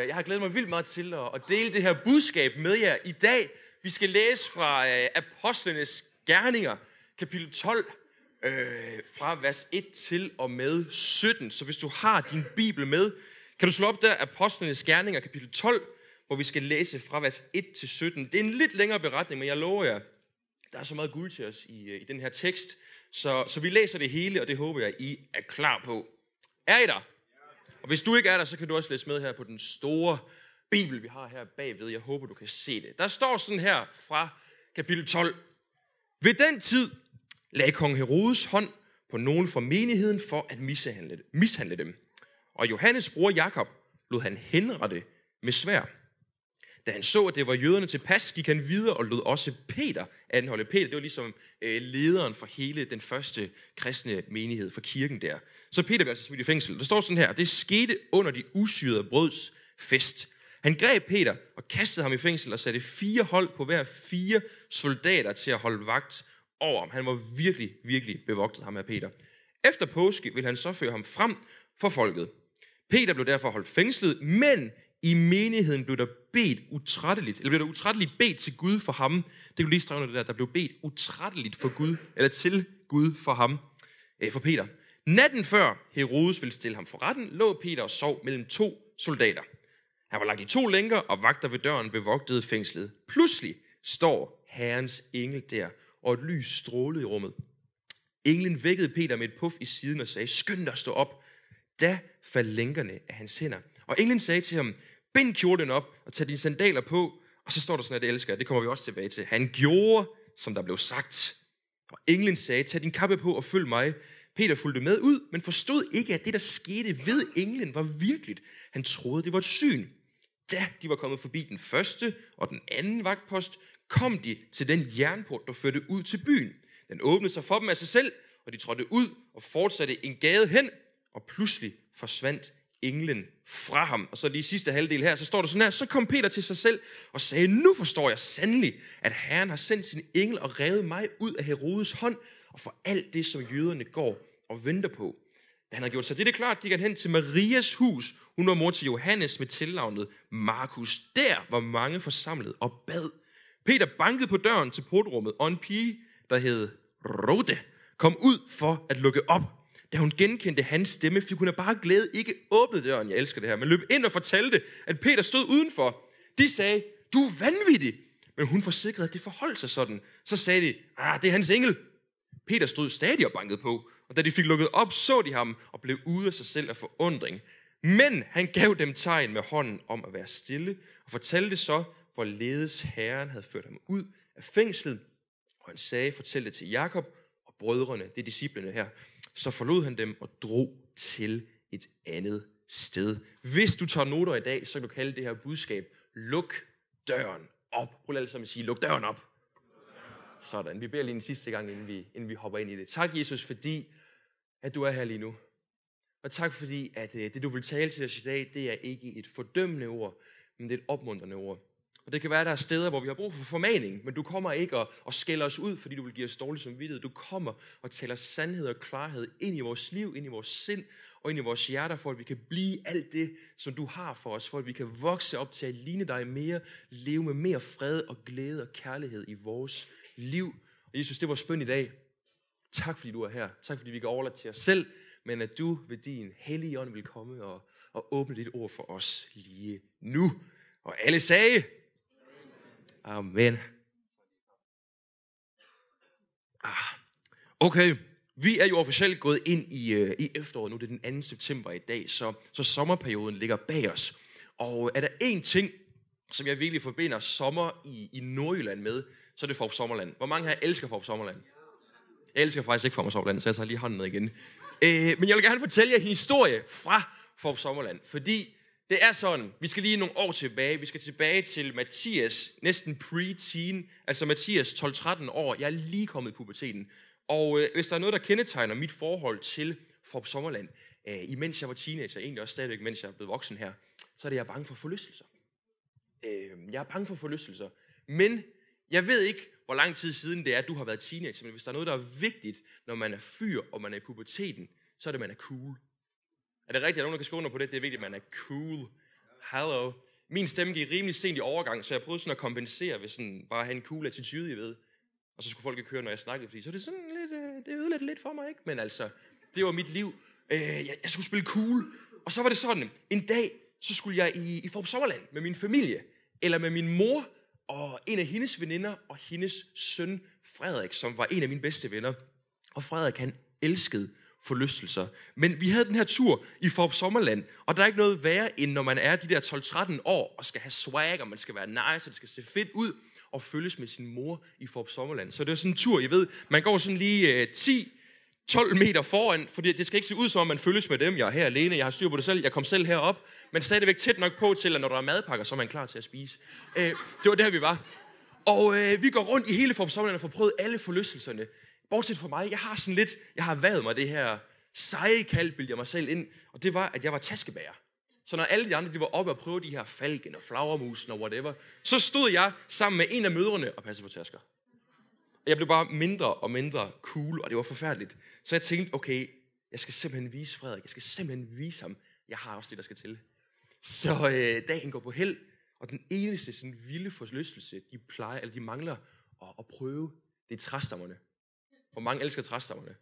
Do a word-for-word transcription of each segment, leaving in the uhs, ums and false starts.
jeg har glædet mig vildt meget til at, at dele det her budskab med jer i dag. Vi skal læse fra øh, Apostlenes Gerninger, kapitel tolv, øh, fra vers et til og med sytten. Så hvis du har din bibel med, kan du slå op der, Apostlenes Gerninger, kapitel tolv, hvor vi skal læse fra vers et til sytten. Det er en lidt længere beretning, men jeg lover jer, der er så meget guld til os i, i den her tekst. Så, så vi læser det hele, og det håber jeg, I er klar på. Er I der? Og hvis du ikke er der, så kan du også læse med her på den store bibel, vi har her bagved. Jeg håber, du kan se det. Der står sådan her fra kapitel tolv. Ved den tid lagde kong Herodes hånd på nogen fra menigheden for at mishandle, mishandle dem. Og Johannes bror Jakob lod han henrette med sværd. Da han så, at det var jøderne til pas, gik han videre og lod også Peter anholde. Peter, det var ligesom øh, lederen for hele den første kristne menighed for kirken der. Så Peter blev altså smidt i fængsel. Der står sådan her, det skete under de usyrede brøds fest. Han greb Peter og kastede ham i fængsel og satte fire hold på hver fire soldater til at holde vagt over ham. Han var virkelig, virkelig bevogtet, ham her Peter. Efter påske ville han så føre ham frem for folket. Peter blev derfor holdt fængslet, men i menigheden blev der bedt utrætteligt, eller blev der utrætteligt bedt til Gud for ham. Det kan du lige strege under det der, der blev bedt utrætteligt for Gud, eller til Gud for ham, øh, for Peter. Natten før Herodes ville stille ham for retten, lå Peter og sov mellem to soldater. Han var lagt i to lænker, og vagter ved døren bevogtede fængslet. Pludselig står Herrens engel der, og et lys strålede i rummet. Englen vækkede Peter med et puff i siden og sagde, skynd dig at stå op. Da faldt lænkerne af hans hænder. Og englen sagde til ham, bind kjolen op og tag dine sandaler på. Og så står der sådan, at det elsker, det kommer vi også tilbage til. Han gjorde, som der blev sagt. Og englen sagde, tag din kappe på og følg mig. Peter fulgte med ud, men forstod ikke, at det, der skete ved englen, var virkeligt. Han troede, det var et syn. Da de var kommet forbi den første og den anden vagtpost, kom de til den jernport, der førte ud til byen. Den åbnede sig for dem af sig selv, og de trådte ud og fortsatte en gade hen, og pludselig forsvandt englen fra ham. Og så lige i sidste halvdel her, så står der sådan her, så kom Peter til sig selv og sagde, nu forstår jeg sandelig, at Herren har sendt sin engel og revet mig ud af Herodes hånd, og for alt det, som jøderne går og venter på. Da han havde gjort sig det, det klart, gik han hen til Marias hus. Hun var mor til Johannes med tilnavnet Markus. Der var mange forsamlet og bad. Peter bankede på døren til portrummet, og en pige, der hed Rode, kom ud for at lukke op. Da hun genkendte hans stemme, fik hun af bare glæde ikke åbnet døren. Jeg elsker det her. Men løb ind og fortalte, at Peter stod udenfor. De sagde, du er vanvittig. Men hun forsikrede, at det forholdt sig sådan. Så sagde de, ah, det er hans engel. Peter stod stadig og bankede på. Og da de fik lukket op, så de ham og blev ude af sig selv af forundring. Men han gav dem tegn med hånden om at være stille, og fortalte så, hvorledes Herren havde ført ham ud af fængslet. Og han sagde, fortæl det til Jakob og brødrene, det er disciplene her. Så forlod han dem og drog til et andet sted. Hvis du tager noter i dag, så kan du kalde det her budskab, luk døren op. Prøv alle sammen at sige, luk døren op. Sådan, vi beder lige en sidste gang, inden vi, inden vi hopper ind i det. Tak, Jesus, fordi at du er her lige nu. Og tak, fordi at det, du vil tale til os i dag, det er ikke et fordømmende ord, men det er et opmuntrende ord. Og det kan være, at der er steder, hvor vi har brug for formaning, men du kommer ikke og, og skælder os ud, fordi du vil give os dårlig samvittighed. Du kommer og taler sandhed og klarhed ind i vores liv, ind i vores sind og ind i vores hjerter, for at vi kan blive alt det, som du har for os, for at vi kan vokse op til at ligne dig mere, leve med mere fred og glæde og kærlighed i vores liv. Og Jesus, det var spændende i dag. Tak, fordi du er her. Tak, fordi vi kan overlade til os selv, men at du ved din hellige ånd vil komme og, og åbne dit ord for os lige nu. Og alle sagde, amen. Ah. Okay, vi er jo officielt gået ind i, uh, i efteråret nu. Det er den anden september i dag, så, så sommerperioden ligger bag os. Og er der én ting, som jeg virkelig forbinder sommer i, i Nordjylland med, så er det Fårup Sommerland. Hvor mange her elsker Fårup Sommerland? Jeg elsker faktisk ikke Fårup Sommerland, så jeg tager lige hånden ned igen. Øh, men jeg vil gerne fortælle jer en historie fra Fårup Sommerland, fordi det er sådan, vi skal lige nogle år tilbage. Vi skal tilbage til Mathias, næsten pre-teen, altså Mathias tolv tretten år. Jeg er lige kommet i puberteten. Og øh, hvis der er noget, der kendetegner mit forhold til Fårup Sommerland, øh, imens jeg var teenager, egentlig også stadigvæk, mens jeg er blevet voksen her, så er det, jeg er bange for forlystelser. Øh, jeg er bange for forlystelser. Men jeg ved ikke, hvor lang tid siden det er, at du har været teenager, men hvis der er noget, der er vigtigt, når man er fyr, og man er i puberteten, så er det, at man er cool. Er det rigtigt? Er der nogen, der kan skrive under på det? Det er vigtigt, at man er cool. hallo. Min stemme gik rimelig sent i overgang, så jeg prøvede sådan at kompensere ved sådan bare at have en cool attitude, I ved. Og så skulle folk ikke høre, når jeg snakkede, fordi så er det sådan lidt, øh, det ødelagde lidt for mig, ikke? Men altså, det var mit liv. Øh, jeg, jeg skulle spille cool. Og så var det sådan, en dag, så skulle jeg i, i Fårup Sommerland med min familie, eller med min mor og en af hendes veninder og hendes søn Frederik, som var en af mine bedste venner. Og Frederik, han elskede forlystelser. Men vi havde den her tur i Fårup Sommerland, og der er ikke noget værre, end når man er de der tolv tretten år, og skal have swag, og man skal være nice, og det skal se fedt ud, og følges med sin mor i Fårup Sommerland. Så det er sådan en tur, I ved, man går sådan lige øh, ti tolv meter foran, fordi det skal ikke se ud som om man følges med dem. Jeg er her alene, jeg har styr på det selv, jeg kom selv herop, men stadigvæk tæt nok på til, at når der er madpakker, så er man klar til at spise. Øh, det var der, vi var. Og øh, vi går rundt i hele Fårup Sommerland og får prøvet alle forlystelserne. Bortset fra mig, jeg har sådan lidt, jeg har været mig det her seje kald, bildte jeg mig selv ind, og det var, at jeg var taskebærer. Så når alle de andre, de var oppe og prøve de her falken og flagermusen og whatever, så stod jeg sammen med en af mødrene og passede på tasker. Jeg blev bare mindre og mindre cool, og det var forfærdeligt. Så jeg tænkte, okay, jeg skal simpelthen vise Frederik, jeg skal simpelthen vise ham, jeg har også det, der skal til. Så øh, dagen går på held, og den eneste sådan vilde forlystelse, de plejer, eller de mangler at, at prøve, det er træstammerne. Hvor mange elsker træstammerne?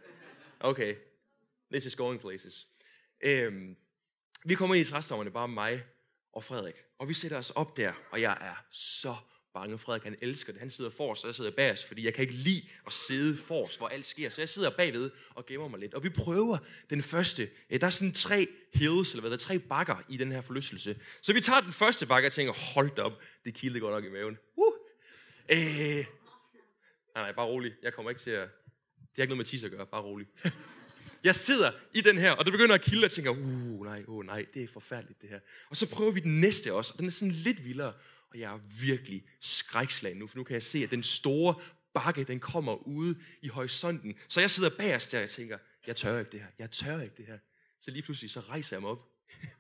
Okay, this is going places. Øhm, vi kommer ind i træstammerne, bare mig og Frederik, og vi sætter os op der, og jeg er så bange. Frederik, han elsker det. Han sidder forrest, og jeg sidder bagerst, fordi jeg kan ikke lide at sidde forrest, hvor alt sker. Så jeg sidder bagved og gemmer mig lidt. Og vi prøver den første. Der er sådan tre hills, eller hvad der er, tre bakker i den her forlystelse. Så vi tager den første bakke og tænker, hold da op, det kildede godt nok i maven. Uh! Øh... Nej, nej, bare rolig. Jeg kommer ikke til at... Det har ikke noget med tisse at gøre, bare rolig. Jeg sidder i den her, og det begynder at kilde, og tænker, uh, nej, oh, nej, det er forfærdeligt det her. Og så prøver vi den næste også, og den er sådan lidt vildere. Og jeg er virkelig skrækslagen nu, for nu kan jeg se, at den store bakke, den kommer ude i horisonten. Så jeg sidder bagerst der, og jeg tænker, jeg tør ikke det her, jeg tør ikke det her. Så lige pludselig, så rejser jeg mig op.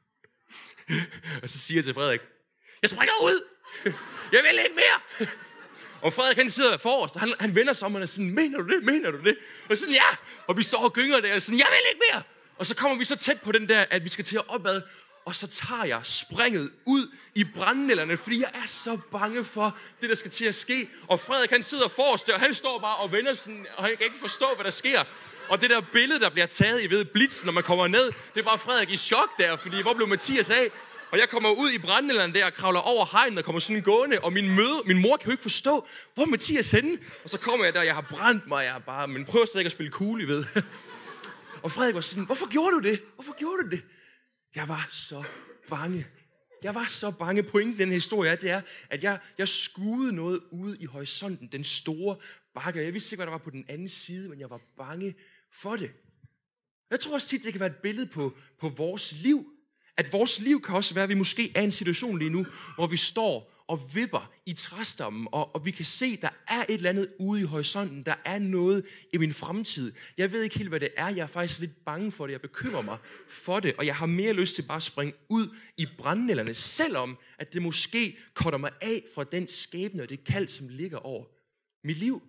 Og så siger jeg til Frederik, jeg springer ud! Jeg vil ikke mere! Og Frederik, han sidder forrest, og han, han vender sig om, og er sådan, mener du det, mener du det? Og sådan, ja! Og vi står og gynger der, og sådan, jeg vil ikke mere! Og så kommer vi så tæt på den der, at vi skal til at opad, og så tager jeg springet ud i brandnælderne, fordi jeg er så bange for det, der skal til at ske. Og Frederik, han sidder forrest, og han står bare og vender sådan, og han kan ikke forstå, hvad der sker. Og det der billede, der bliver taget, I ved, blitz, når man kommer ned, det er bare Frederik i chok der, fordi hvor blev Mathias af? Og jeg kommer ud i brandnælderne der, og kravler over hegnet og kommer sådan gående, og min, møde, min mor kan jo ikke forstå, hvor er Mathias henne? Og så kommer jeg der, og jeg har brændt mig, jeg har bare, men prøver stadig at spille cool, I ved. Og Frederik var sådan, hvorfor gjorde du det? Hvorfor gjorde du det? Jeg var så bange. Jeg var så bange. Pointen i den historie er, det er, at jeg, jeg skuede noget ude i horisonten, den store bakke. Jeg vidste ikke, hvad der var på den anden side, men jeg var bange for det. Jeg tror også tit, det kan være et billede på, på vores liv. At vores liv kan også være, at vi måske er i en situation lige nu, hvor vi står og vipper i træstammen, og, og vi kan se, der er et eller andet ude i horisonten. Der er noget i min fremtid. Jeg ved ikke helt, hvad det er. Jeg er faktisk lidt bange for det. Jeg bekymrer mig for det, og jeg har mere lyst til bare at springe ud i brandnælderne, selvom at det måske cutter mig af fra den skæbne og det kald, som ligger over mit liv.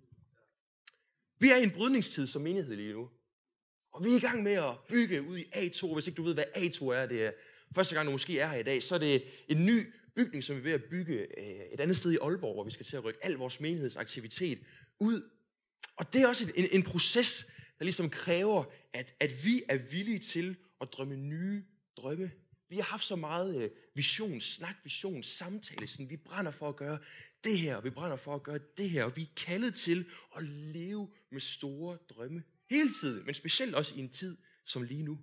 Vi er i en brydningstid som menighed lige nu. Og vi er i gang med at bygge ud i A to. Hvis ikke du ved, hvad A to er, det er første gang, du måske er her i dag, så er det en ny bygning, som vi er ved at bygge et andet sted i Aalborg, hvor vi skal til at rykke al vores menighedsaktivitet ud. Og det er også en, en proces, der ligesom kræver, at, at vi er villige til at drømme nye drømme. Vi har haft så meget vision, snak, vision, samtale, sådan vi brænder for at gøre det her, og vi brænder for at gøre det her, og vi er kaldet til at leve med store drømme. Hele tiden, men specielt også i en tid som lige nu.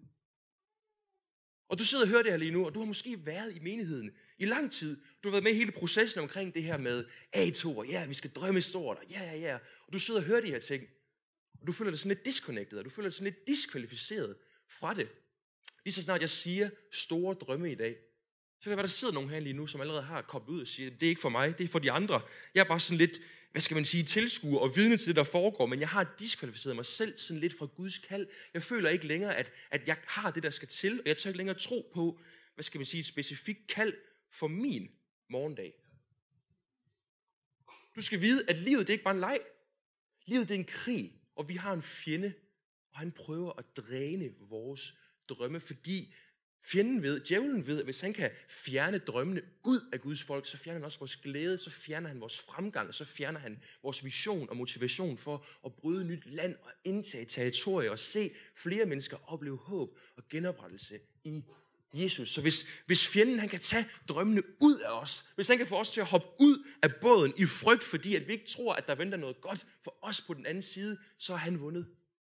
Og du sidder og hører det her lige nu, og du har måske været i menigheden i lang tid. Du har været med i hele processen omkring det her med A to, og ja, vi skal drømme stort, og ja, ja, ja. Og du sidder og hører de her ting, og du føler dig sådan lidt disconnected, og du føler dig sådan lidt diskvalificeret fra det. Lige så snart jeg siger store drømme i dag, så kan det være, der sidder nogen her lige nu, som allerede har koblet ud og siger, det er ikke for mig, det er for de andre. Jeg er bare sådan lidt, hvad skal man sige, tilskuer og vidne til det, der foregår, men jeg har diskvalificeret mig selv sådan lidt fra Guds kald. Jeg føler ikke længere, at, at jeg har det, der skal til, og jeg tør ikke længere tro på, hvad skal man sige, et specifikt kald for min morgendag. Du skal vide, at livet det er ikke bare en leg. Livet det er en krig, og vi har en fjende, og han prøver at dræne vores drømme, fordi Fjenden ved, djævlen ved, at hvis han kan fjerne drømmene ud af Guds folk, så fjerner han også vores glæde, så fjerner han vores fremgang, så fjerner han vores vision og motivation for at bryde nyt land og indtage territorier og se flere mennesker opleve håb og genoprettelse i Jesus. Så hvis, hvis fjenden han kan tage drømmene ud af os, hvis han kan få os til at hoppe ud af båden i frygt, fordi at vi ikke tror, at der venter noget godt for os på den anden side, så er han vundet.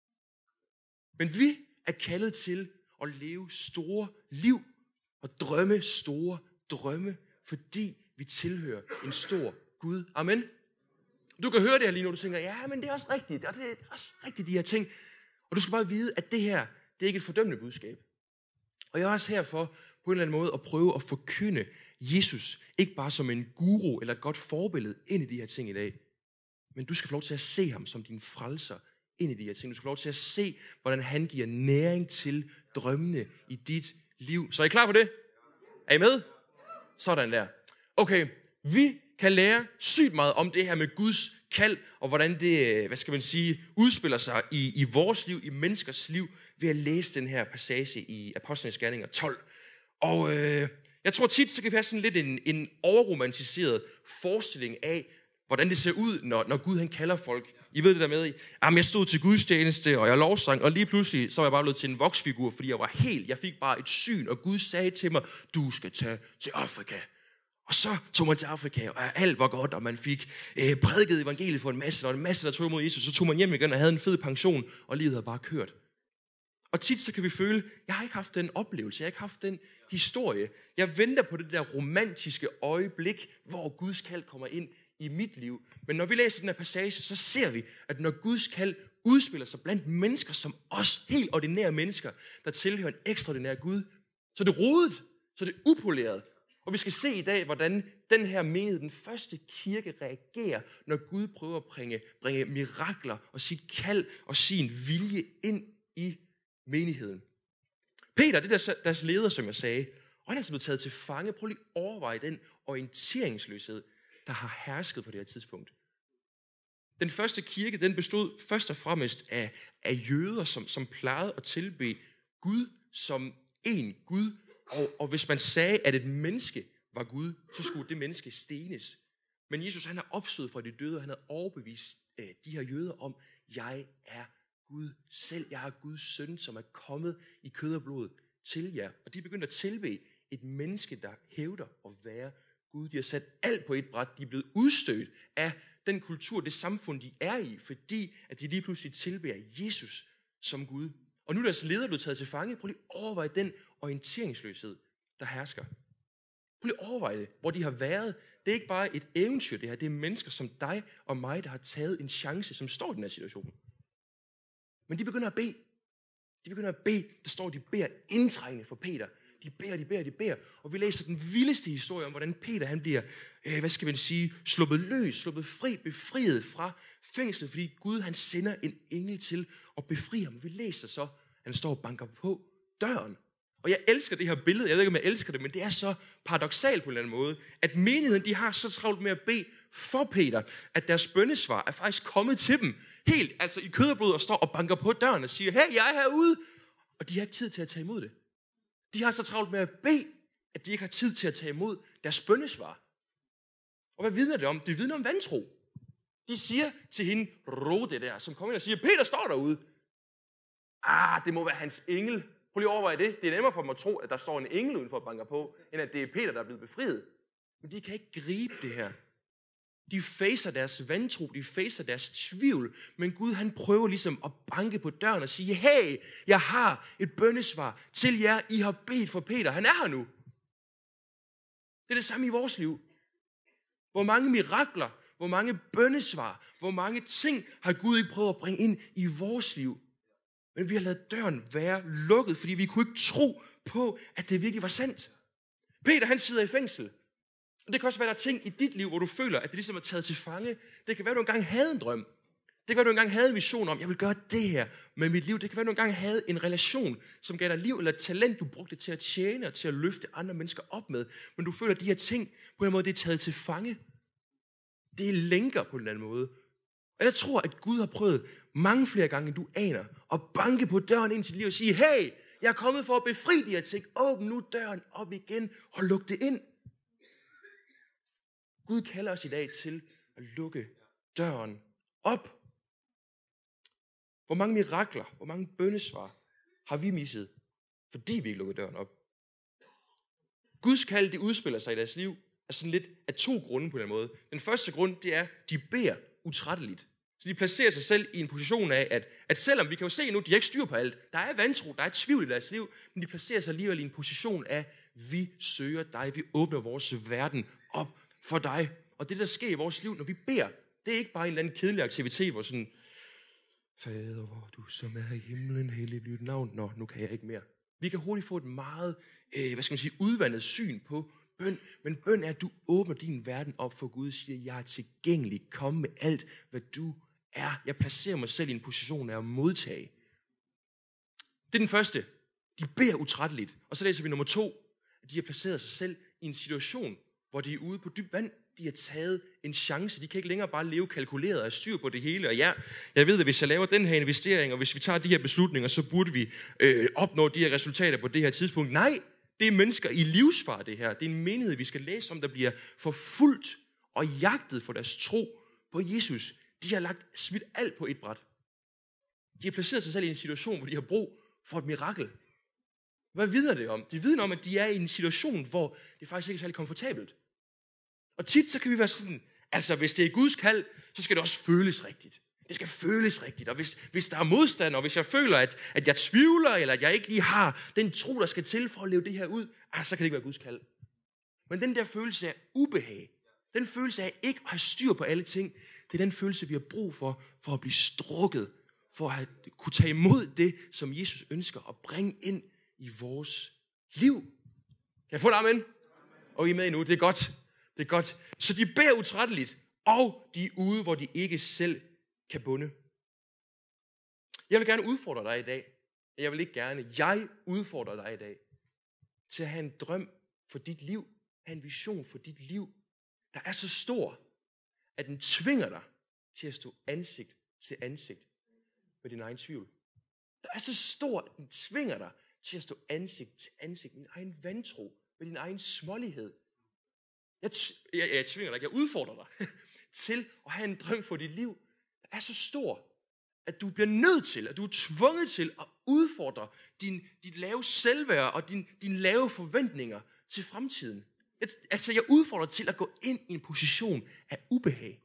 Men vi er kaldet til at leve store liv og drømme store drømme, fordi vi tilhører en stor Gud. Amen. Du kan høre det her lige nu, du tænker, ja, men det er også rigtigt, og det er også rigtigt, de her ting. Og du skal bare vide, at det her, det er ikke et fordømmende budskab. Og jeg er også her for, på en eller anden måde, at prøve at forkynde Jesus, ikke bare som en guru eller et godt forbillede ind i de her ting i dag, men du skal få lov til at se ham som din frelser ind i de her ting. Du skal få lov til at se, hvordan han giver næring til drømmene i dit liv. Så er I klar på det? Er I med? Sådan der. Okay, vi kan lære sygt meget om det her med Guds kald, og hvordan det, hvad skal man sige, udspiller sig i, i vores liv, i menneskers liv, ved at læse den her passage i Apostlenes Gerninger tolv. Og øh, jeg tror tit, så kan vi have sådan lidt en, en overromantiseret forestilling af, hvordan det ser ud, når, når Gud han kalder folk. I ved det der med, at jeg stod til gudstjeneste, og jeg lovsang, og lige pludselig, så var jeg bare blevet til en voksfigur, fordi jeg var helt, jeg fik bare et syn, og Gud sagde til mig, du skal tage til Afrika. Og så tog man til Afrika, og alt var godt, og man fik øh, prædiket evangeliet for en masse, og en masse, der tog imod Jesus. Så tog man hjem igen og havde en fed pension, og livet havde bare kørt. Og tit så kan vi føle, jeg har ikke haft den oplevelse, jeg har ikke haft den historie. Jeg venter på det der romantiske øjeblik, hvor Guds kald kommer ind i mit liv. Men når vi læser den her passage, så ser vi, at når Guds kald udspiller sig blandt mennesker som os, helt ordinære mennesker, der tilhører en ekstraordinær Gud, så er det rodet, så er det upoleret. Og vi skal se i dag, hvordan den her menighed, den første kirke, reagerer, når Gud prøver at bringe, bringe mirakler og sit kald og sin vilje ind i menigheden. Peter, det er deres leder, som jeg sagde, og han er altså blevet taget til fange. Prøv lige at overveje den orienteringsløshed, der har hersket på det her tidspunkt. Den første kirke, den bestod først og fremmest af, af jøder, som, som plejede at tilbede Gud som en Gud. Og, og hvis man sagde, at et menneske var Gud, så skulle det menneske stenes. Men Jesus, han har opstået fra de døde, og han har overbevist øh, de her jøder om, jeg er Gud selv. Jeg er Guds søn, som er kommet i kød og blod til jer. Og de begyndte at tilbede et menneske, der hævder at være Gud. De har sat alt på et bræt. De er blevet udstødt af den kultur, det samfund, de er i, fordi at de lige pludselig tilbeder Jesus som Gud. Og nu er deres leder blevet taget til fange. Prøv lige at overveje den orienteringsløshed, der hersker. Prøv lige at overveje det, hvor de har været. Det er ikke bare et eventyr, det her. Det er mennesker som dig og mig, der har taget en chance, som står i den her situation. Men de begynder at bede. De begynder at bede. Der står, de beder indtrængende for Peter. De beder, de beder, de beder. Og vi læser den vildeste historie om, hvordan Peter han bliver, øh, hvad skal man sige, sluppet løs, sluppet fri, befriet fra fængslet, fordi Gud han sender en engel til at befri ham. Vi læser så, han står og banker på døren. Og jeg elsker det her billede. Jeg ved ikke, om jeg elsker det, men det er så paradoksalt på en eller anden måde, at menigheden, de har så travlt med at bede for Peter, at deres bønnesvar er faktisk kommet til dem. Helt, altså i kød og blod, og står og banker på døren og siger, hey, jeg er herude. Og de har ikke tid til at tage imod det. De har så travlt med at bede, at de ikke har tid til at tage imod deres bønnesvar. Og hvad vidner det om? Det vidner om vantro. De siger til hende, Rode der, som kommer ind og siger, Peter står derude. Ah, det må være hans engel. Prøv lige at overveje det. Det er nemmere for dem at tro, at der står en engel uden for at banke på, end at det er Peter, der er blevet befriet. Men de kan ikke gribe det her. De facer deres vantro, de facer deres tvivl, men Gud han prøver ligesom at banke på døren og sige, hey, jeg har et bønnesvar til jer, I har bedt for Peter, han er her nu. Det er det samme i vores liv. Hvor mange mirakler, hvor mange bønnesvar, hvor mange ting har Gud ikke prøvet at bringe ind i vores liv. Men vi har ladet døren være lukket, fordi vi kunne ikke tro på, at det virkelig var sandt. Peter han sidder i fængsel. Det kan også være, der er ting i dit liv, hvor du føler, at det ligesom er taget til fange. Det kan være, at du engang havde en drøm. Det kan være, at du engang havde en vision om, jeg vil gøre det her med mit liv. Det kan være, at du engang havde en relation, som gav dig liv, eller et talent, du brugte til at tjene og til at løfte andre mennesker op med. Men du føler, at de her ting, på en måde, det er taget til fange. Det er lænker på en anden måde. Og jeg tror, at Gud har prøvet mange flere gange, end du aner, at banke på døren ind til dit liv og sige, hey, Jeg er kommet for at befri de her ting. Åbn nu døren op igen og luk det ind. Gud kalder os i dag til at lukke døren op. Hvor mange mirakler, hvor mange bønnesvar har vi misset, fordi vi ikke lukker døren op? Guds kald, det udspiller sig i deres liv af sådan lidt af to grunde på den måde. Den første grund, det er, at de beder utrætteligt. Så de placerer sig selv i en position af, at, at selvom vi kan jo se nu, de har ikke styr på alt. Der er vantro, der er tvivl i deres liv, men de placerer sig alligevel i en position af, vi søger dig, vi åbner vores verden op for dig. Og det, der sker i vores liv, når vi beder, det er ikke bare en eller anden kedelig aktivitet, hvor sådan, Fader, hvor du som er i himlen, hellig dit navn. Nå, nu kan jeg ikke mere. Vi kan hurtigt få et meget, øh, hvad skal man sige, udvandet syn på bøn. Men bøn er, at du åbner din verden op for Gud og siger, jeg er tilgængelig. Kom med alt, hvad du er. Jeg placerer mig selv i en position af at modtage. Det er den første. De beder utrætteligt. Og så læser vi nummer to, at de har placeret sig selv i en situation, hvor de er ude på dybt vand. De har taget en chance. De kan ikke længere bare leve kalkuleret og styr på det hele. Og ja, jeg ved, at hvis jeg laver den her investering, og hvis vi tager de her beslutninger, så burde vi øh, opnå de her resultater på det her tidspunkt. Nej, det er mennesker i livsfare, det her. Det er en menighed, vi skal læse om, der bliver forfulgt og jagtet for deres tro på Jesus. De har lagt smidt alt på et bræt. De har placeret sig selv i en situation, hvor de har brug for et mirakel. Hvad vidner det om? Det vidner om, at de er i en situation, hvor det faktisk ikke er særlig komfortabelt. Og tit så kan vi være sådan, altså hvis det er Guds kald, så skal det også føles rigtigt. Det skal føles rigtigt, og hvis, hvis der er modstand, og hvis jeg føler, at, at jeg tvivler, eller at jeg ikke lige har den tro, der skal til for at leve det her ud, ah, så kan det ikke være Guds kald. Men den der følelse af ubehag, den følelse af ikke at have styr på alle ting, det er den følelse, vi har brug for, for at blive strukket, for at kunne tage imod det, som Jesus ønsker at bringe ind i vores liv. Kan jeg få det amen? Og I er med endnu, det er godt. Det er godt. Så de beder utrætteligt, og de er ude, hvor de ikke selv kan bunde. Jeg vil gerne udfordre dig i dag. Jeg vil ikke gerne. Jeg udfordrer dig i dag til at have en drøm for dit liv, have en vision for dit liv, der er så stor, at den tvinger dig til at stå ansigt til ansigt med din egen tvivl. Der er så stor, at den tvinger dig til at stå ansigt til ansigt med din egen vantro, med din egen smålighed. Jeg, t- jeg, jeg tvinger dig, jeg udfordrer dig til at have en drøm for dit liv, der er så stor, at du bliver nødt til, at du er tvunget til at udfordre din, dit lave selvværd og din, din lave forventninger til fremtiden. Jeg, altså, jeg udfordrer dig til at gå ind i en position af ubehag.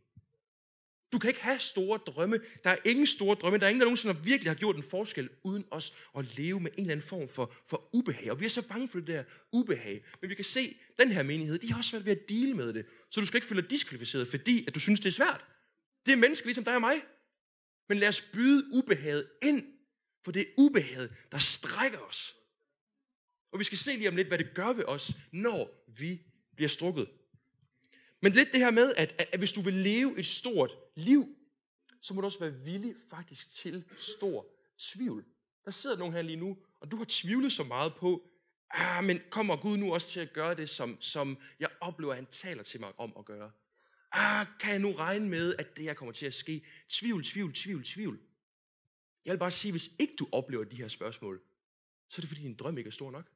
Du kan ikke have store drømme. Der er ingen store drømme. Der er ingen, der nogensinde virkelig har gjort en forskel, uden os at leve med en eller anden form for, for ubehag. Og vi er så bange for det der ubehag. Men vi kan se, at den her menighed, de har også svært ved at deale med det. Så du skal ikke føle dig diskvalificeret, fordi at du synes, det er svært. Det er mennesker ligesom dig og mig. Men lad os byde ubehaget ind, for det er ubehaget, der strækker os. Og vi skal se lige om lidt, hvad det gør ved os, når vi bliver strukket. Men lidt det her med, at, at, at hvis du vil leve et stort liv, så må du også være villig faktisk til stor tvivl. Der sidder nogen her lige nu, og du har tvivlet så meget på, ah, men kommer Gud nu også til at gøre det, som, som jeg oplever, at han taler til mig om at gøre? Ah, kan jeg nu regne med, at det her kommer til at ske? Tvivl, tvivl, tvivl, tvivl. Jeg vil bare sige, hvis ikke du oplever de her spørgsmål, så er det fordi din drøm ikke er stor nok.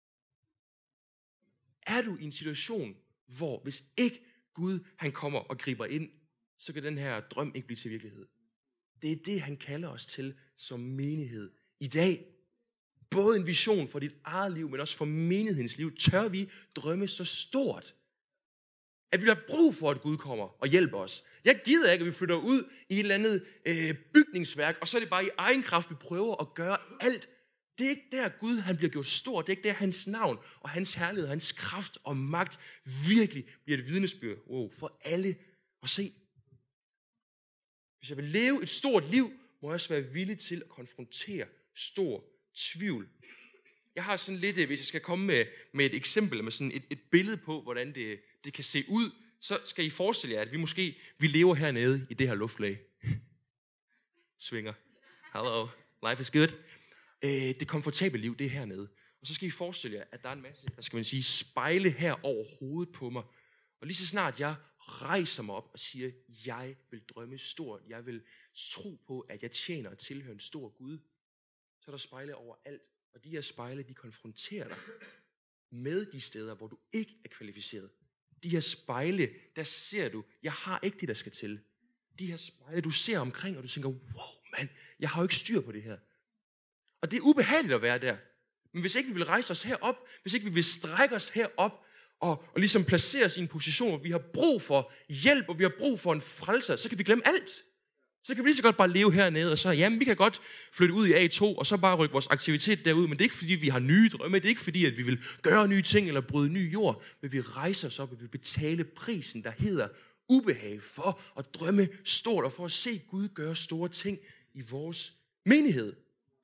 Er du i en situation, hvor hvis ikke Gud han kommer og griber ind, så kan den her drøm ikke blive til virkelighed. Det er det, han kalder os til som menighed i dag. Både en vision for dit eget liv, men også for menighedens liv. Tør vi drømme så stort, at vi har brug for, at Gud kommer og hjælper os. Jeg gider ikke, at vi flytter ud i et eller andet øh, bygningsværk, og så er det bare i egen kraft, vi prøver at gøre alt. Det er ikke der, Gud han bliver gjort stor. Det er ikke der, hans navn og hans herlighed, hans kraft og magt virkelig bliver et vidnesbyrd wow, for alle at se. Hvis jeg vil leve et stort liv, må jeg også være villig til at konfrontere stor tvivl. Jeg har sådan lidt, hvis jeg skal komme med, med et eksempel, med sådan et, et billede på, hvordan det, det kan se ud, så skal I forestille jer, at vi måske vi lever hernede i det her luftlag. Svinger. Hello, life is good. Det komfortable liv, det er hernede. Og så skal I forestille jer, at der er en masse, der skal man sige, spejle her over hovedet på mig. Og lige så snart jeg rejser mig op og siger, jeg vil drømme stort, jeg vil tro på, at jeg tjener og tilhører en stor Gud, så er der spejle over alt, Og de her spejle, de konfronterer dig med de steder, hvor du ikke er kvalificeret. De her spejle, der ser du, jeg har ikke det, der skal til. De her spejle, du ser omkring, og du tænker, wow, mand, jeg har jo ikke styr på det her. Og det er ubehageligt at være der. Men hvis ikke vi vil rejse os herop, hvis ikke vi vil strække os herop, og, og ligesom placere os i en position, hvor vi har brug for hjælp, og vi har brug for en frelser, så kan vi glemme alt. Så kan vi lige så godt bare leve hernede, og så, jamen, vi kan godt flytte ud i A to, og så bare rykke vores aktivitet derud, men det er ikke fordi, vi har nye drømme, det er ikke fordi, at vi vil gøre nye ting, eller bryde ny jord, men vi rejser os op, og vi betale prisen, der hedder ubehag for at drømme stort, og for at se Gud gøre store ting i vores menighed.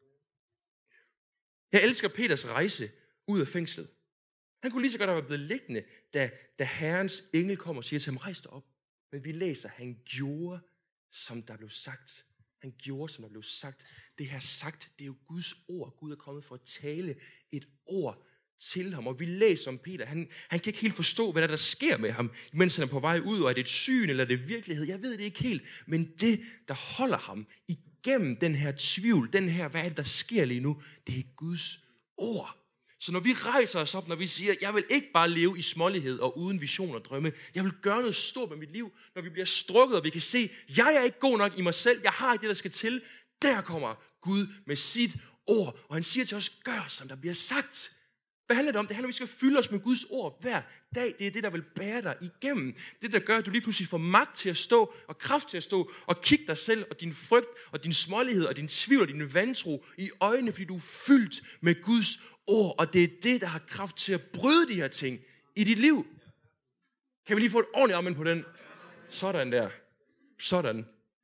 Jeg elsker Peters rejse ud af fængslet. Han kunne lige så godt have været blevet liggende, da, da Herrens engel kom og siger til ham, rejs dig op. Men vi læser, han gjorde, som der blev sagt. Han gjorde, som der blev sagt. Det her sagt, det er jo Guds ord. Gud er kommet for at tale et ord til ham. Og vi læser om Peter. Han, han kan ikke helt forstå, hvad der, der sker med ham, mens han er på vej ud. Og er det et syn, eller er det virkelighed? Jeg ved det ikke helt. Men det, der holder ham igennem den her tvivl, den her, hvad er det, der sker lige nu, det er Guds ord. Så når vi rejser os op, når vi siger, jeg vil ikke bare leve i smålighed og uden vision og drømme, jeg vil gøre noget stort med mit liv, når vi bliver strukket, og vi kan se, jeg er ikke god nok i mig selv, jeg har ikke det, der skal til, der kommer Gud med sit ord, og han siger til os, gør som der bliver sagt. Hvad handler det om? Det handler om, at vi skal fylde os med Guds ord hver dag. Det er det, der vil bære dig igennem. Det, der gør, at du lige pludselig får magt til at stå, og kraft til at stå, og kigge dig selv, og din frygt, og din smålighed, og din tvivl, og din vantro i øjnene, fordi du er fyldt med Guds ord. Og det er det, der har kraft til at bryde de her ting i dit liv. Kan vi lige få et ordentligt amen på den? Sådan der. Sådan.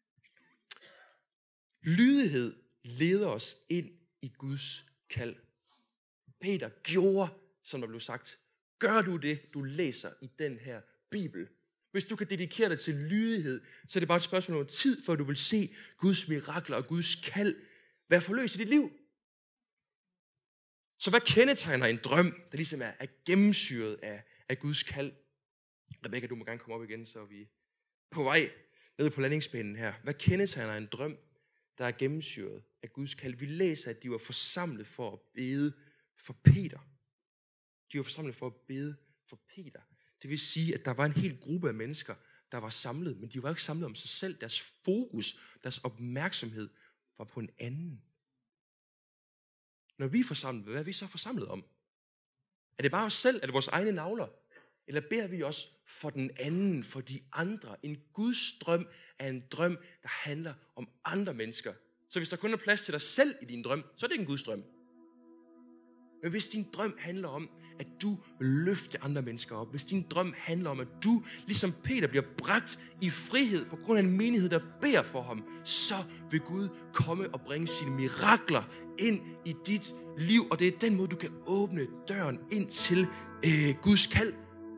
Lydighed leder os ind i Guds kald. Peter gjorde, som der blev sagt. Gør du det, du læser i den her Bibel? Hvis du kan dedikere dig til lydighed, så er det bare et spørgsmål om tid, før du vil se Guds mirakler og Guds kald være forløst i dit liv. Så hvad kendetegner en drøm, der ligesom er, er gennemsyret af, af Guds kald? Rebecca, du må gerne komme op igen, så er vi på vej ned på landingsbanen her. Hvad kendetegner en drøm, der er gennemsyret af Guds kald? Vi læser, at de var forsamlet for at bede for Peter. De var forsamlet for at bede for Peter. Det vil sige, at der var en hel gruppe af mennesker, der var samlet, men de var ikke samlet om sig selv. Deres fokus, deres opmærksomhed var på en anden. Når vi er forsamlet, hvad er vi så forsamlet om? Er det bare os selv? Er det vores egne navler? Eller beder vi os for den anden, for de andre? En Guds drøm er en drøm, der handler om andre mennesker. Så hvis der kun er plads til dig selv i din drøm, så er det ikke en Guds drøm. Men hvis din drøm handler om, at du vil løfte andre mennesker op, hvis din drøm handler om, at du, ligesom Peter, bliver bragt i frihed på grund af en menighed, der beder for ham, så vil Gud komme og bringe sine mirakler ind i dit liv. Og det er den måde, du kan åbne døren ind til øh, Guds kald.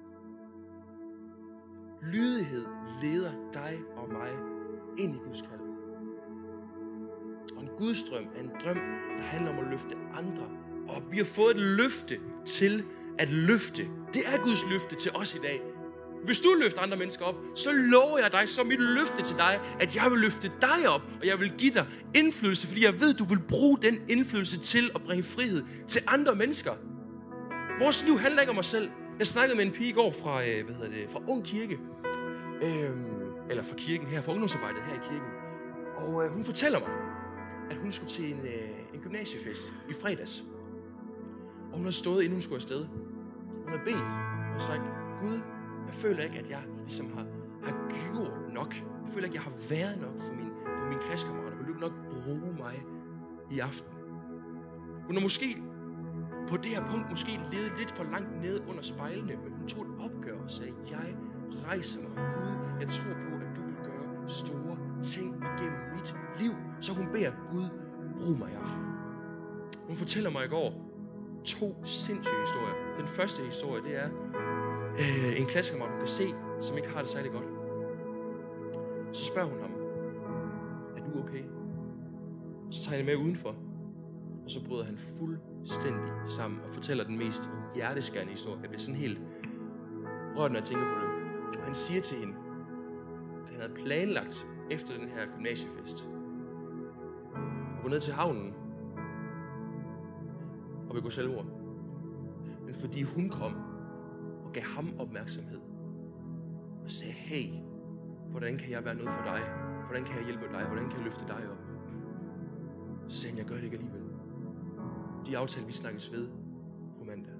Lydighed leder dig og mig ind i Guds kald. Og en Guds drøm er en drøm, der handler om at løfte andre. Og vi har fået et løfte til at løfte. Det er Guds løfte til os i dag. Hvis du løfter andre mennesker op, så lover jeg dig som mit løfte til dig, at jeg vil løfte dig op, og jeg vil give dig indflydelse, fordi jeg ved, du vil bruge den indflydelse til at bringe frihed til andre mennesker. Vores liv handler ikke om os selv. Jeg snakkede med en pige i går fra, hvad hedder det, fra Ung Kirke, øhm, eller fra kirken her, fra ungdomsarbejdet her i kirken. Og øh, hun fortæller mig, at hun skulle til en, øh, en gymnasiefest i fredags. Og hun har stået, inden hun skulle afsted. Hun har bedt og sagt, Gud, jeg føler ikke, at jeg ligesom har, har gjort nok. Jeg føler ikke, at jeg har været nok for, min, for mine klassekammerater. Vil du ikke nok bruge mig i aften? Hun har måske på det her punkt måske ledet lidt for langt ned under spejlene, men hun tog et opgør og sagde, jeg rejser mig. Gud, jeg tror på, at du vil gøre store ting igennem mit liv. Så hun beder Gud, brug mig i aften. Hun fortæller mig i går to sindssyge historier. Den første historie, det er øh, en klassekammerat, hun kan se, som ikke har det særlig godt. Så spørger hun ham, er du okay? Så tager han med udenfor, og så bryder han fuldstændig sammen og fortæller den mest hjerteskærende historie. Jeg bliver sådan helt rørt, når jeg tænker på det. Og han siger til hende, at han havde planlagt efter den her gymnasiefest at gå ned til havnen og begå selvmord. Men fordi hun kom og gav ham opmærksomhed og sagde, hey, hvordan kan jeg være noget for dig? Hvordan kan jeg hjælpe dig? Hvordan kan jeg løfte dig op? Så sagde han, jeg gør det ikke alligevel. De aftaler, vi snakkes ved på mandag.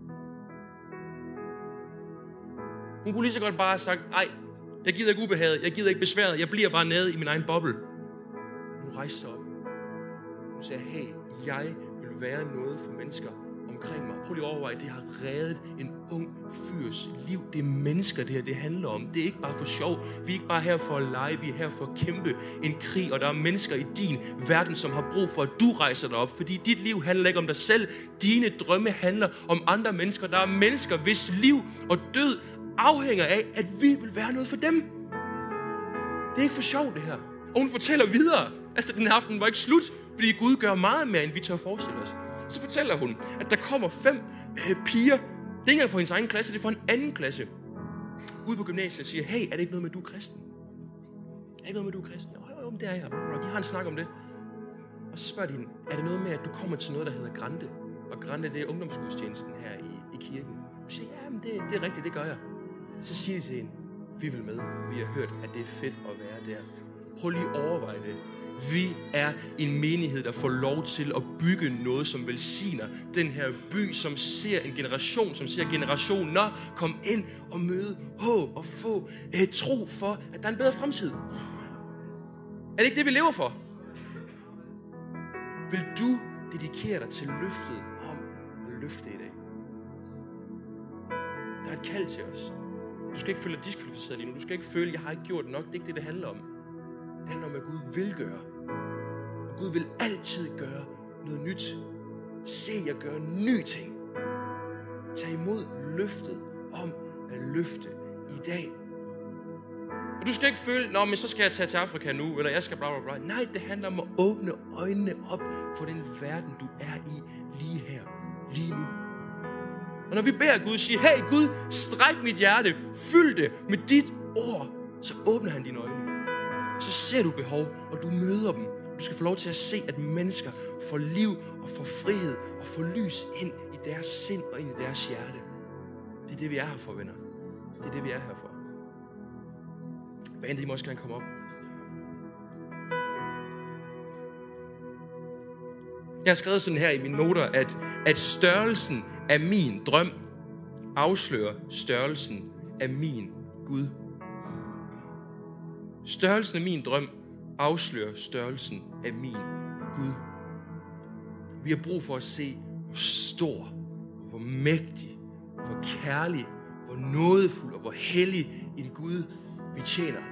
Hun kunne lige så godt bare have sagt, ej, jeg gider ikke ubehaget, jeg gider ikke besværet, jeg bliver bare nede i min egen boble. Hun rejste sig op. Hun sagde, hey, jeg vil være noget for mennesker omkring mig. Prøv lige at overveje, det har reddet en ung fyrs liv. Det er mennesker, det her det handler om. Det er ikke bare for sjov. Vi er ikke bare her for at lege, vi er her for at kæmpe en krig. Og der er mennesker i din verden, som har brug for, at du rejser dig op. Fordi dit liv handler ikke om dig selv. Dine drømme handler om andre mennesker. Der er mennesker, hvis liv og død afhænger af, at vi vil være noget for dem. Det er ikke for sjov, det her. Og hun fortæller videre. Altså, den her aften var ikke slut, fordi Gud gør meget mere, end vi tør forestille os. Så fortæller hun, at der kommer fem øh, piger. Det er ikke engang for hendes egen klasse, det er for en anden klasse. Ude på gymnasiet og siger, hey, er det ikke noget med, at du er kristen? Er det ikke noget med, at du er kristen? Jo, jo, det er jeg. De har en snak om det. Og så spørger de hende, er det noget med, at du kommer til noget, der hedder Grande? Og Grande, det er ungdomsgudstjenesten her i, i kirken. Hun siger, ja, men det, det er rigtigt, det gør jeg. Så siger de til hende, vi vil med. Vi har hørt, at det er fedt at være der. Prøv lige at overveje det. Vi er en menighed, der får lov til at bygge noget, som velsigner den her by, som ser en generation, som ser generationer komme ind og møde håb og få et tro for, at der er en bedre fremtid. Er det ikke det, vi lever for? Vil du dedikere dig til løftet om at løfte i dag? Der er et kald til os. Du skal ikke føle dig diskvalificeret lige nu. Du skal ikke føle, at jeg har ikke gjort nok. Det er ikke det, det handler om. Det handler om, at Gud vil gøre. Og Gud vil altid gøre noget nyt. Se jer gøre nye ting. Tag imod løftet om at løfte i dag. Og du skal ikke føle, nå, men så skal jeg tage til Afrika nu, eller jeg skal bla bla bla. Nej, det handler om at åbne øjnene op for den verden, du er i lige her, lige nu. Og når vi beder Gud, siger, hey Gud, stræk mit hjerte, fyld det med dit ord, så åbner han dine øjne. Så ser du behov, og du møder dem. Du skal få lov til at se, at mennesker får liv og får frihed og får lys ind i deres sind og ind i deres hjerte. Det er det, vi er her for, venner. Det er det, vi er her for. Bandet, I må også gerne komme op. Jeg har skrevet sådan her i mine noter, at, at størrelsen af min drøm afslører størrelsen af min Gud. Størrelsen af min drøm afslører størrelsen af min Gud. Vi har brug for at se, hvor stor, hvor mægtig, hvor kærlig, hvor nådefuld og hvor hellig en Gud vi tjener.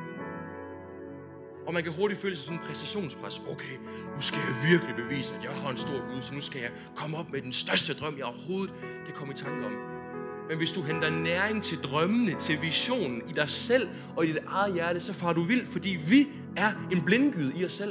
Og man kan hurtigt føle sig sådan en præstationspres. Okay, nu skal jeg virkelig bevise, at jeg har en stor Gud, så nu skal jeg komme op med den største drøm, jeg overhovedet kan komme i tanke om. Men hvis du henter næring til drømmene, til visionen i dig selv og i dit eget hjerte, så farer du vild, fordi vi er en blindgyde i os selv.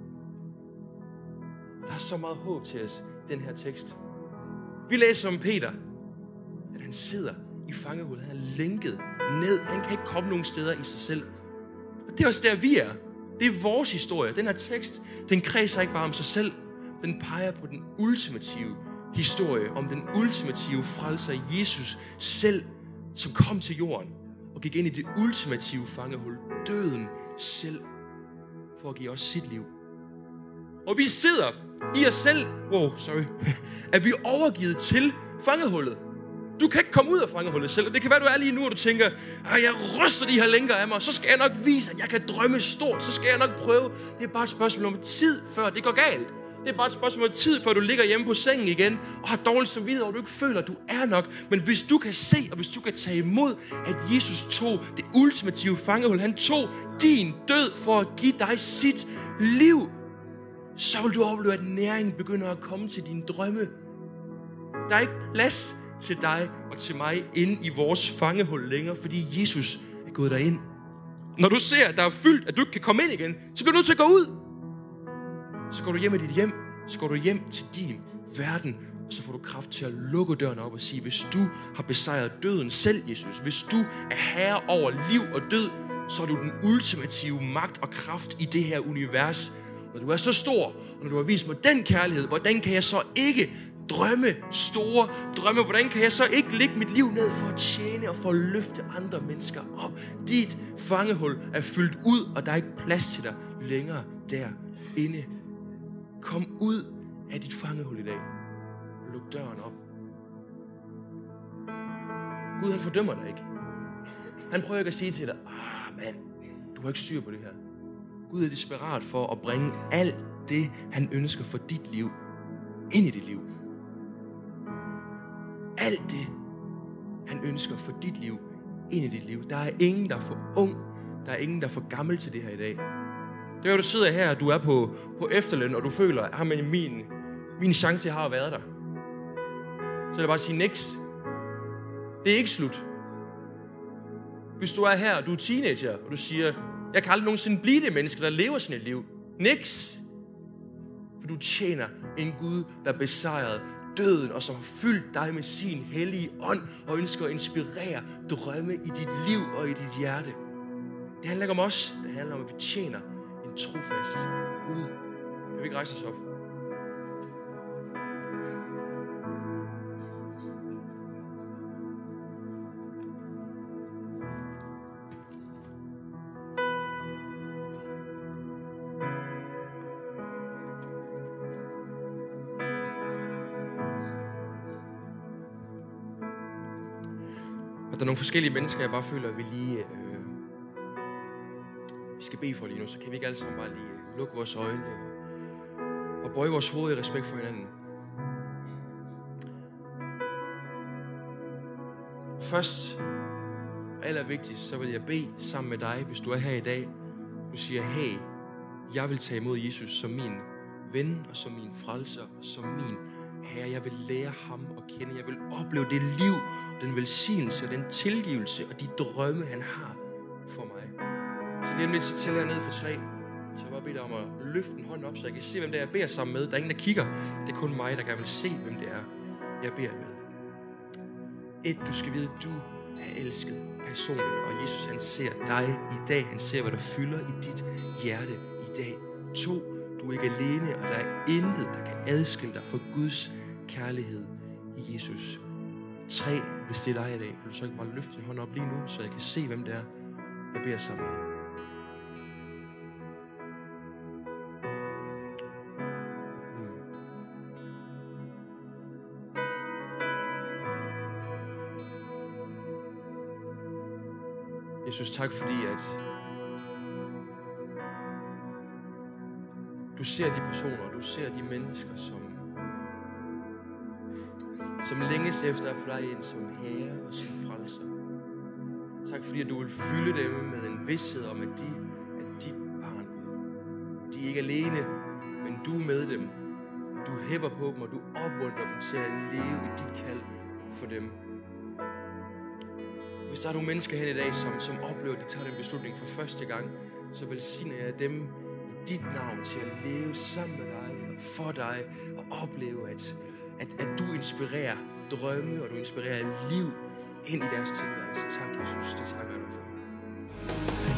Der er så meget håb til os, den her tekst. Vi læser om Peter, at han sidder i fangehullet. Han er lænket ned. Han kan ikke komme nogen steder i sig selv. Og det er også der, vi er. Det er vores historie. Den her tekst, den kredser ikke bare om sig selv. Den peger på den ultimative historie om den ultimative frelser Jesus selv, som kom til jorden og gik ind i det ultimative fangehul, døden selv, for at give os sit liv. Og vi sidder i os selv, wow, sorry, at vi er overgivet til fangehullet. Du kan ikke komme ud af fangehullet selv, og det kan være, du er lige nu, og du tænker, jeg ryster de her lænker af mig, så skal jeg nok vise, at jeg kan drømme stort, så skal jeg nok prøve. Det er bare et spørgsmål om tid, før det går galt. Det er bare et spørgsmål om tid, før du ligger hjemme på sengen igen, og har dårligt samvittighed, og du ikke føler, at du er nok. Men hvis du kan se, og hvis du kan tage imod, at Jesus tog det ultimative fangehul, han tog din død for at give dig sit liv, så vil du opleve, at næringen begynder at komme til dine drømme. Der er ikke plads til dig og til mig inde i vores fangehul længere, fordi Jesus er gået derind. Når du ser, at der er fyldt, at du ikke kan komme ind igen, så bliver du nødt til at gå ud. Så går du hjem i dit hjem, så går du hjem til din verden, og så får du kraft til at lukke døren op og sige, hvis du har besejret døden selv, Jesus, hvis du er herre over liv og død, så er du den ultimative magt og kraft i det her univers. Når du er så stor, og når du har vist mig den kærlighed, hvordan kan jeg så ikke drømme, store drømme. Hvordan kan jeg så ikke lægge mit liv ned for at tjene og for at løfte andre mennesker op? Dit fangehul er fyldt ud, og der er ikke plads til dig længere derinde. Kom ud af dit fangehul i dag. Luk døren op. Gud, han fordømmer dig ikke. Han prøver ikke at sige til dig, ah mand, du har ikke styr på det her. Gud er desperat for at bringe alt det, han ønsker for dit liv, ind i dit liv. Alt det, han ønsker for dit liv, ind i dit liv. Der er ingen, der er for ung. Der er ingen, der er for gammel til det her i dag. Det er jo, du sidder her, og du er på, på efterløn, og du føler, at min, min chance har været der. Så er det bare at sige, niks. Det er ikke slut. Hvis du er her, og du er teenager, og du siger, jeg kan aldrig nogensinde blive det menneske, der lever sådan et liv. Niks. For du tjener en Gud, der besejrede døden, og som har fyldt dig med sin hellige ånd, og ønsker at inspirere drømme i dit liv og i dit hjerte. Det handler ikke om os. Det handler om, at vi tjener en trofast Gud. Kan vi ikke rejse os op? Og der er nogle forskellige mennesker, jeg bare føler, at vi lige øh, vi skal bede for lige nu. Så kan vi ikke alle sammen bare lige lukke vores øjne og bøje vores hoved i respekt for hinanden. Først og allervigtigst, så vil jeg bede sammen med dig, hvis du er her i dag. Du siger, hey, jeg vil tage imod Jesus som min ven og som min frelser og som min Herre. Jeg vil lære ham at kende. Jeg vil opleve det liv, den velsignelse, den tilgivelse og de drømme, han har for mig. Så lige om lidt, så tæller jeg ned for tre. Så jeg bare beder dig om at løfte en hånd op, så jeg kan se, hvem det er, jeg beder sammen med. Der er ingen, der kigger. Det er kun mig, der gerne vil se, hvem det er, jeg beder med. Et, du skal vide, du er elsket personligt, og Jesus, han ser dig i dag. Han ser, hvad der fylder i dit hjerte i dag. To, du er ikke alene, og der er intet, der kan adskille dig fra Guds kærlighed i Jesus. Tre, hvis det er dig i dag, kan du så ikke bare løfte din hånd op lige nu, så jeg kan se, hvem det er, jeg beder sammen med. Hmm. Jesus, tak fordi, at du ser de personer, du ser de mennesker, som, som længes efter at få dig ind som herre og som frelser. Tak fordi, at du vil fylde dem med en vished om, at de er dit barn. De er ikke alene, men du er med dem. Du hæpper på dem, og du opmuntrer dem til at leve i dit kald for dem. Hvis der er nogle mennesker her i dag, som, som oplever, at de tager den beslutning for første gang, så velsigner jeg dem i dit navn til at leve sammen med dig og for dig og opleve, at, at, at du inspirerer drømme, og du inspirerer liv ind i deres tilværelse. Tak, Jesus. Det takker jeg dig for.